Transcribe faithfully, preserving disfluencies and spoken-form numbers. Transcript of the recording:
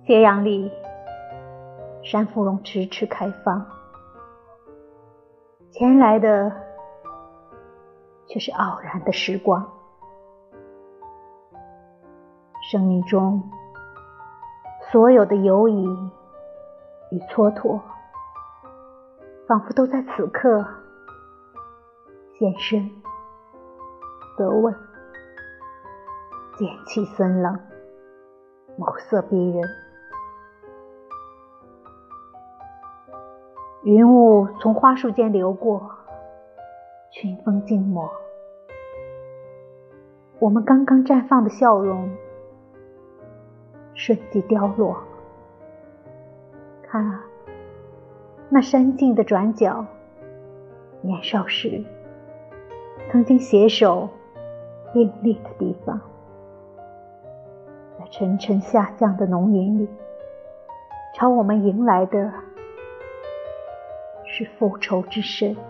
斜阳里，山芙蓉迟迟开放，前来的却是傲然的时光。生命中所有的犹疑与蹉跎，仿佛都在此刻现身责问，剑气森冷，眸色逼人。云雾从花树间流过，群峰静默，我们刚刚绽放的笑容瞬即凋落。看啊，那山径的转角，年少时曾经携手并立的地方，在沉沉下降的浓云里，朝我们迎来的是复仇之声。